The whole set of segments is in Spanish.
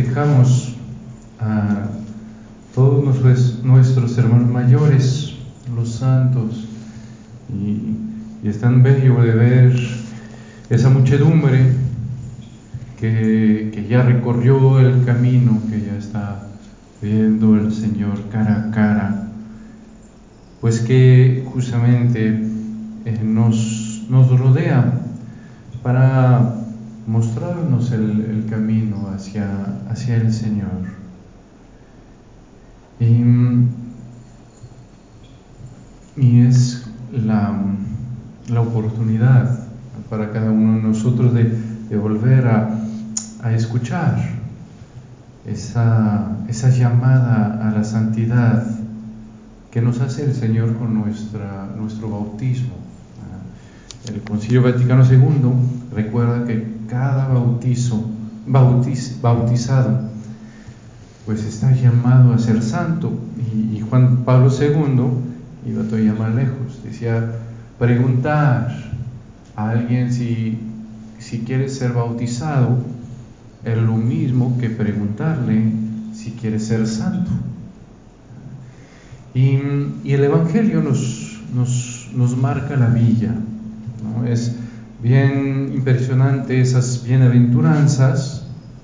festejamos a todos nuestros hermanos mayores, los santos, y es tan bello de ver esa muchedumbre que ya recorrió el camino, que ya está viendo al Señor cara a cara, pues que justamente nos rodea para mostrarnos el camino hacia el Señor. Y es la oportunidad para cada uno de nosotros de volver a escuchar esa llamada a la santidad que nos hace el Señor con nuestro bautismo. El Concilio Vaticano II recuerda que cada bautizado pues está llamado a ser santo, y Juan Pablo II iba todavía más lejos, decía: preguntar a alguien si quiere ser bautizado es lo mismo que preguntarle si quiere ser santo. Y el Evangelio nos marca la vía, ¿no? Es bien impresionante esas bienaventuranzas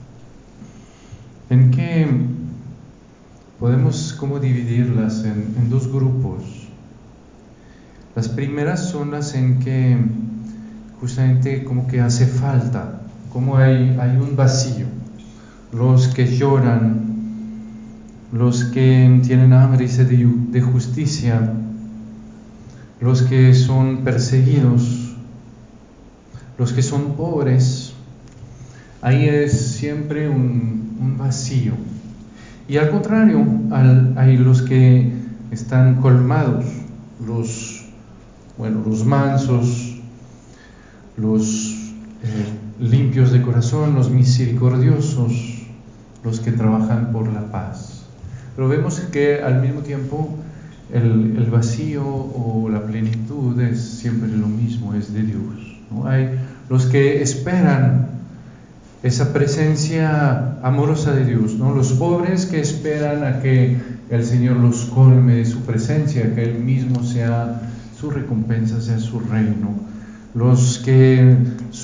en que podemos como dividirlas en dos grupos. Las primeras son las en que justamente como que hace falta, como hay un vacío. Los que lloran, los que tienen hambre y sed de justicia, los que son perseguidos, los que son pobres. Ahí es siempre un vacío. Y al contrario, hay los que están colmados, los mansos, los limpios de corazón, los misericordiosos, los que trabajan por la paz. Pero vemos que al mismo tiempo el vacío o la plenitud es siempre lo mismo, es de Dios, ¿no? Hay los que esperan esa presencia amorosa de Dios, ¿no? Los pobres que esperan a que el Señor los colme de su presencia, que Él mismo sea su recompensa, sea su reino. Los que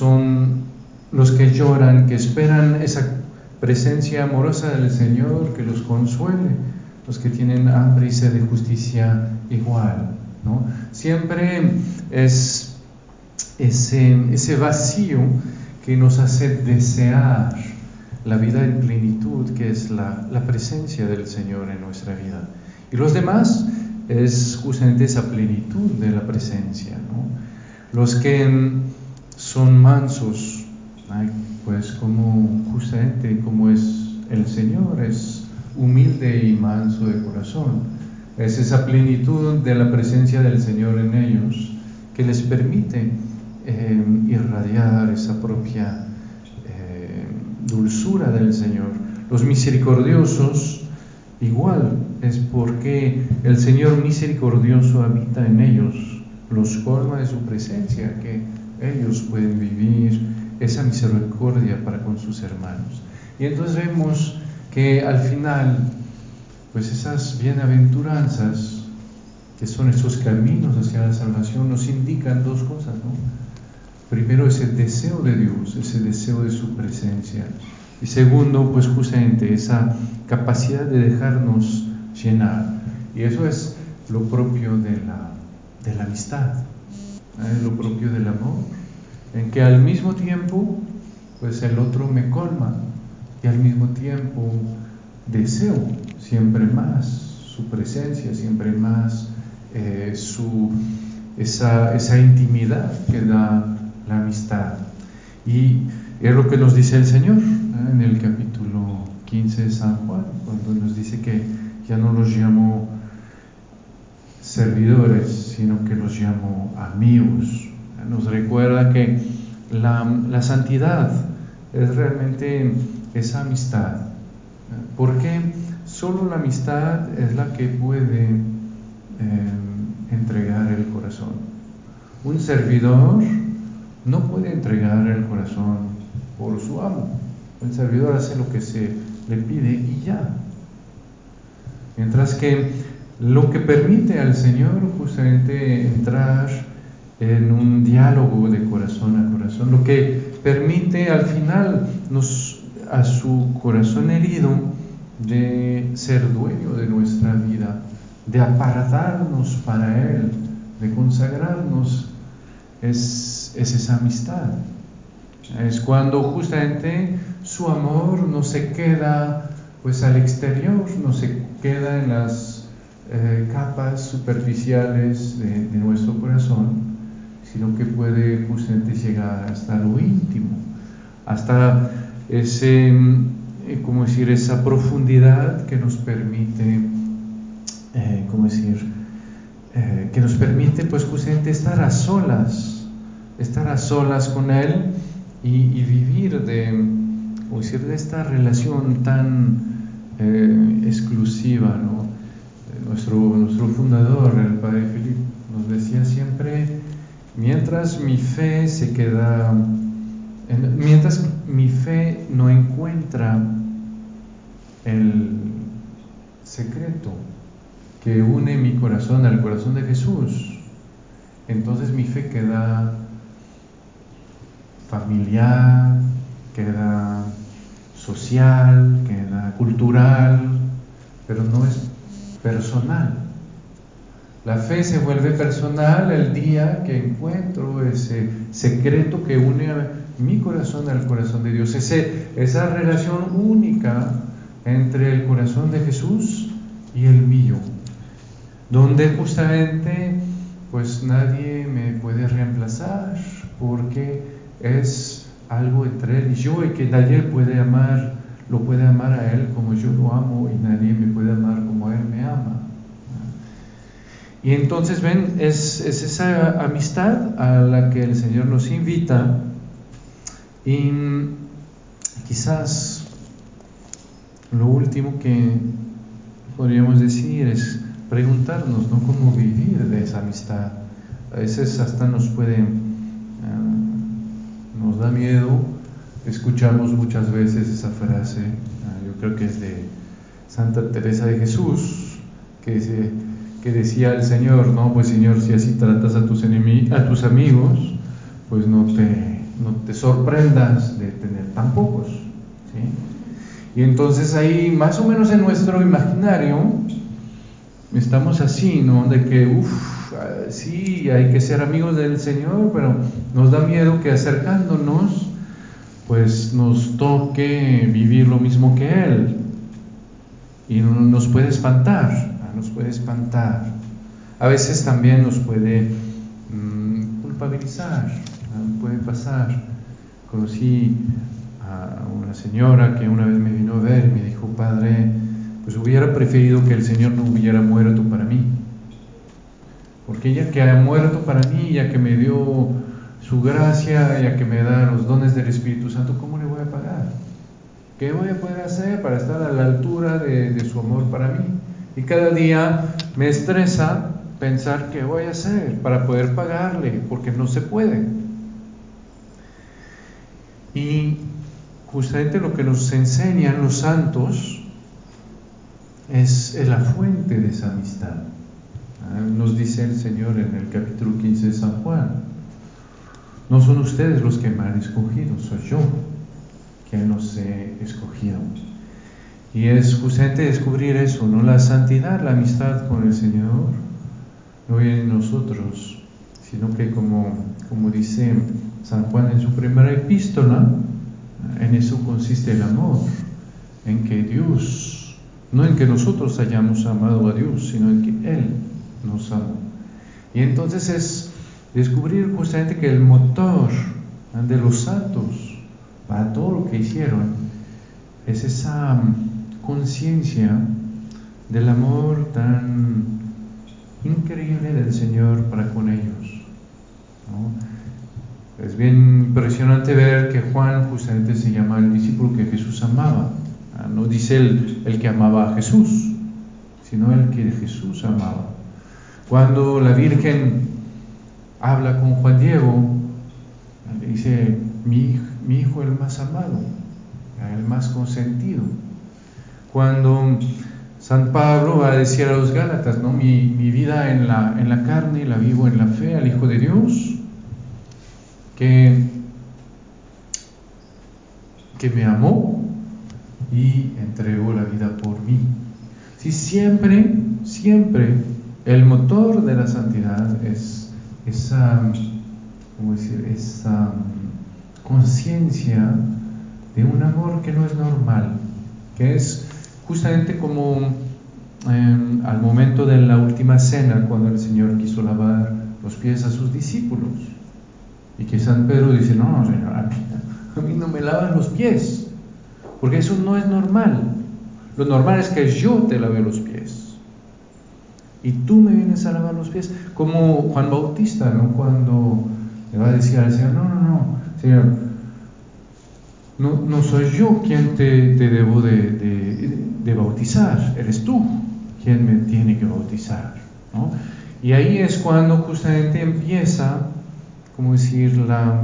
lloran, que esperan esa presencia amorosa del Señor que los consuele. Los que tienen hambre y sed de justicia igual, ¿no? Siempre es ese vacío que nos hace desear la vida en plenitud, que es la presencia del Señor en nuestra vida. Y los demás es justamente esa plenitud de la presencia, ¿no? Los que son mansos, pues justamente como es el Señor, es humilde y manso de corazón. Es esa plenitud de la presencia del Señor en ellos que les permite irradiar esa propia dulzura del Señor. Los misericordiosos igual, es porque el Señor misericordioso habita en ellos, los colma de su presencia, que ellos pueden vivir esa misericordia para con sus hermanos. Y entonces vemos que al final, pues esas bienaventuranzas, que son esos caminos hacia la salvación, nos indican dos cosas, ¿no? Primero, ese deseo de Dios, ese deseo de su presencia. Y segundo, pues justamente esa capacidad de dejarnos llenar. Y eso es lo propio de la amistad, lo propio del amor, en que al mismo tiempo, pues el otro me colma, y al mismo tiempo deseo siempre más su presencia, siempre más esa intimidad que da la amistad. Y es lo que nos dice el Señor en el capítulo 15 de San Juan, cuando nos dice que ya no los llamo servidores, sino que los llamo amigos. Nos recuerda que la santidad es realmente esa amistad, porque solo la amistad es la que puede entregar el corazón. Un servidor no puede entregar el corazón por su amo. El servidor hace lo que se le pide y ya. Mientras que lo que permite al Señor justamente entrar en un diálogo de corazón a corazón, lo que permite al final a su corazón herido de ser dueño de nuestra vida, de apartarnos para Él, de consagrarnos, es esa amistad. Es cuando justamente su amor no se queda pues al exterior, no se queda en las capas superficiales de nuestro corazón, sino que puede justamente llegar hasta lo íntimo, hasta esa profundidad que nos permite, que nos permite pues justamente estar a solas con Él y vivir de esta relación tan exclusiva, ¿no? Nuestro fundador, el Padre Felipe, nos decía siempre: mientras mi fe no encuentra el secreto que une mi corazón al corazón de Jesús, entonces mi fe queda familiar, queda social, queda cultural, pero no es personal. La fe se vuelve personal el día que encuentro ese secreto que une a mi corazón al corazón de Dios, esa relación única entre el corazón de Jesús y el mío, donde justamente pues nadie me puede reemplazar, porque es algo entre Él y yo, y que nadie lo puede amar a Él como yo lo amo, y nadie me puede amar como Él me ama. Y entonces ven, es esa amistad a la que el Señor nos invita. Y quizás lo último que podríamos decir es preguntarnos, ¿no?, cómo vivir de esa amistad. A veces hasta nos da miedo. Escuchamos muchas veces esa frase, yo creo que es de Santa Teresa de Jesús, que decía el Señor: no, pues Señor, si así tratas a tus amigos, pues no te sorprendas de tener tan pocos, ¿sí? Y entonces ahí, más o menos en nuestro imaginario, estamos así, ¿no? De que, sí, hay que ser amigos del Señor, pero nos da miedo que acercándonos, pues nos toque vivir lo mismo que Él, y nos puede espantar. A veces también nos puede culpabilizar, puede pasar. Conocí a una señora que una vez me vino a ver y me dijo: Padre, pues hubiera preferido que el Señor no hubiera muerto para mí, porque ya que ha muerto para mí, ya que me dio su gracia, ya que me da los dones del Espíritu Santo, ¿cómo le voy a pagar? ¿Qué voy a poder hacer para estar a la altura de su amor para mí? Y cada día me estresa pensar qué voy a hacer para poder pagarle, porque no se puede. Y justamente lo que nos enseñan los santos es la fuente de esa amistad. Nos dice el Señor en el capítulo 15 de San Juan: no son ustedes los que me han escogido, soy yo quien los he escogido. Y es justamente descubrir eso, ¿no? La santidad, la amistad con el Señor no viene en nosotros, sino que como dice San Juan en su primera epístola, en eso consiste el amor, en que Dios, no en que nosotros hayamos amado a Dios, sino en que Él nos amó. Y entonces es descubrir justamente que el motor de los santos para todo lo que hicieron es esa conciencia del amor tan increíble del Señor para con ellos, ¿no? Es bien impresionante ver que Juan justamente se llama el discípulo que Jesús amaba. No dice el que amaba a Jesús, sino el que Jesús amaba. Cuando la Virgen habla con Juan Diego, le dice: mi hijo el más amado, el más consentido. Cuando San Pablo va a decir a los Gálatas, ¿no? Mi vida en la carne la vivo en la fe al Hijo de Dios, que me amó y entregó la vida por mí. Sí, siempre el motor de la santidad es esa conciencia de un amor que no es normal, que es justamente como al momento de la última cena, cuando el Señor quiso lavar los pies a sus discípulos, y que San Pedro dice: no, Señor, a mí no me lavas los pies, porque eso no es normal. Lo normal es que yo te lave los pies, y tú me vienes a lavar los pies, como Juan Bautista, ¿no? Cuando le va a decir al Señor: no, Señor, no soy yo quien te debo de bautizar, eres tú quien me tiene que bautizar, ¿no? Y ahí es cuando justamente empieza, como decir,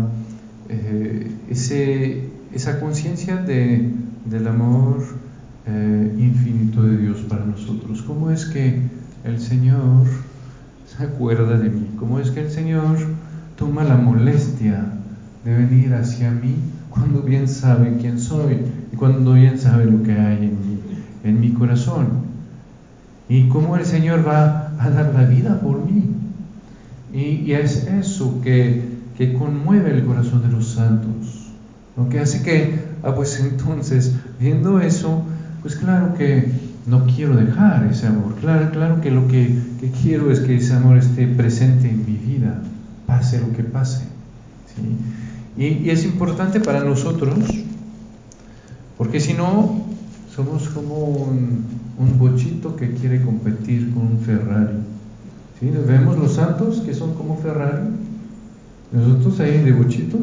esa conciencia del amor infinito de Dios para nosotros. ¿Cómo es que el Señor se acuerda de mí? ¿Cómo es que el Señor toma la molestia de venir hacia mí cuando bien sabe quién soy y cuando bien sabe lo que hay en mi corazón? Y cómo el Señor va a dar la vida por mí. Y es eso que conmueve el corazón de los santos, ¿no? Que hace que, pues entonces, viendo eso, pues claro que no quiero dejar ese amor. Claro que lo que quiero es que ese amor esté presente en mi vida, pase lo que pase, ¿sí? Y es importante para nosotros, porque si no, somos como un bochito que quiere competir con un Ferrari, ¿sí? Vemos los santos que son como Ferrari, nosotros ahí de bochitos,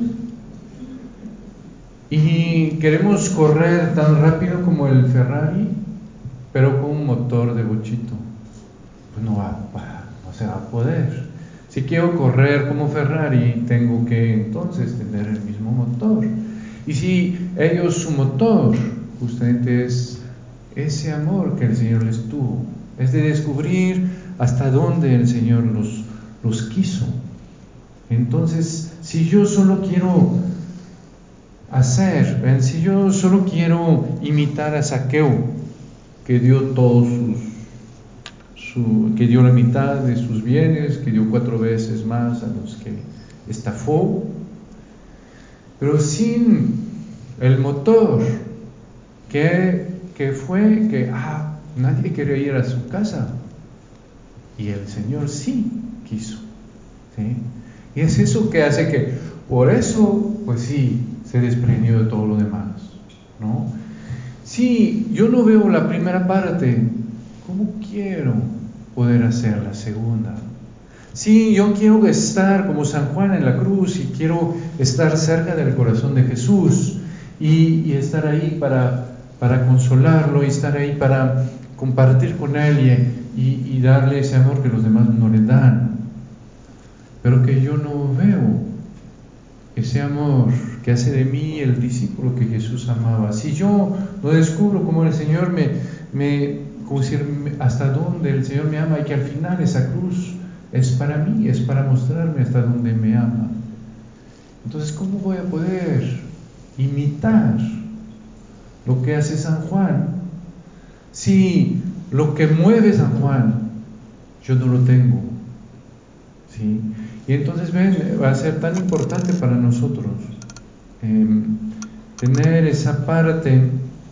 y queremos correr tan rápido como el Ferrari, pero con un motor de bochito. Pues no se va a poder. Si quiero correr como Ferrari, tengo que entonces tener el mismo motor. Y si ellos, su motor justamente es ese amor que el Señor les tuvo, es de descubrir hasta dónde el Señor los quiso. Entonces, si yo solo quiero si yo solo quiero imitar a Zaqueo, que dio todos que dio la mitad de sus bienes, que dio 4 veces más a los que estafó, pero sin el motor que fue que nadie quería ir a su casa y el Señor sí quiso, ¿sí? Y es eso que hace que, por eso, pues sí, se desprendió de todo lo demás, ¿no? Si yo no veo la primera parte, ¿cómo quiero poder hacer la segunda? Si yo quiero estar como San Juan en la cruz y quiero estar cerca del corazón de Jesús y estar ahí para consolarlo y estar ahí para compartir con Él y darle ese amor que los demás no le dan, pero que yo no veo ese amor que hace de mí el discípulo que Jesús amaba. Si yo no descubro cómo el Señor como decir, hasta dónde el Señor me ama, y que al final esa cruz es para mí, es para mostrarme hasta dónde me ama, entonces ¿cómo voy a poder imitar lo que hace San Juan si lo que mueve San Juan yo no lo tengo? ¿Sí? Y entonces va a ser tan importante para nosotros tener esa parte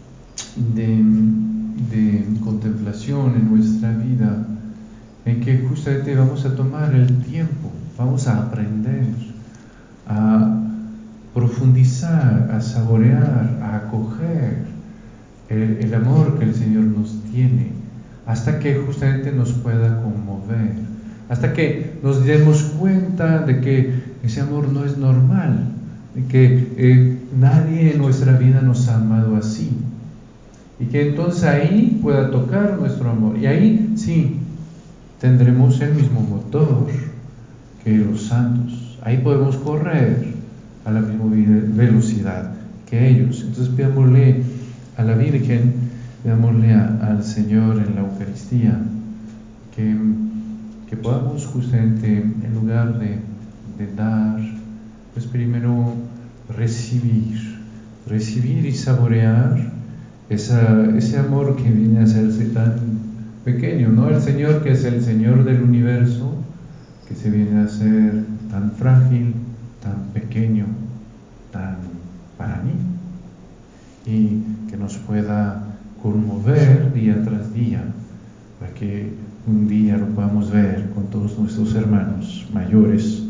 de contemplación en nuestra vida, en que justamente vamos a tomar el tiempo, vamos a aprender, a profundizar, a saborear, a acoger el amor que el Señor nos tiene, hasta que justamente nos pueda conmover, hasta que nos demos cuenta de que ese amor no es normal, de que nadie en nuestra vida nos ha amado así, y que entonces ahí pueda tocar nuestro amor, y ahí sí tendremos el mismo motor que los santos, ahí podemos correr a la misma velocidad que ellos. Entonces pidámosle a la Virgen, pidámosle Eucaristía, que podamos justamente, en lugar de dar, pues primero recibir y saborear ese amor que viene a hacerse tan pequeño, ¿no? El Señor, que es el Señor del universo, que se viene a hacer tan frágil, tan pequeño, tan para mí, y que nos pueda conmover día tras día, para que un día lo podamos ver con todos nuestros hermanos mayores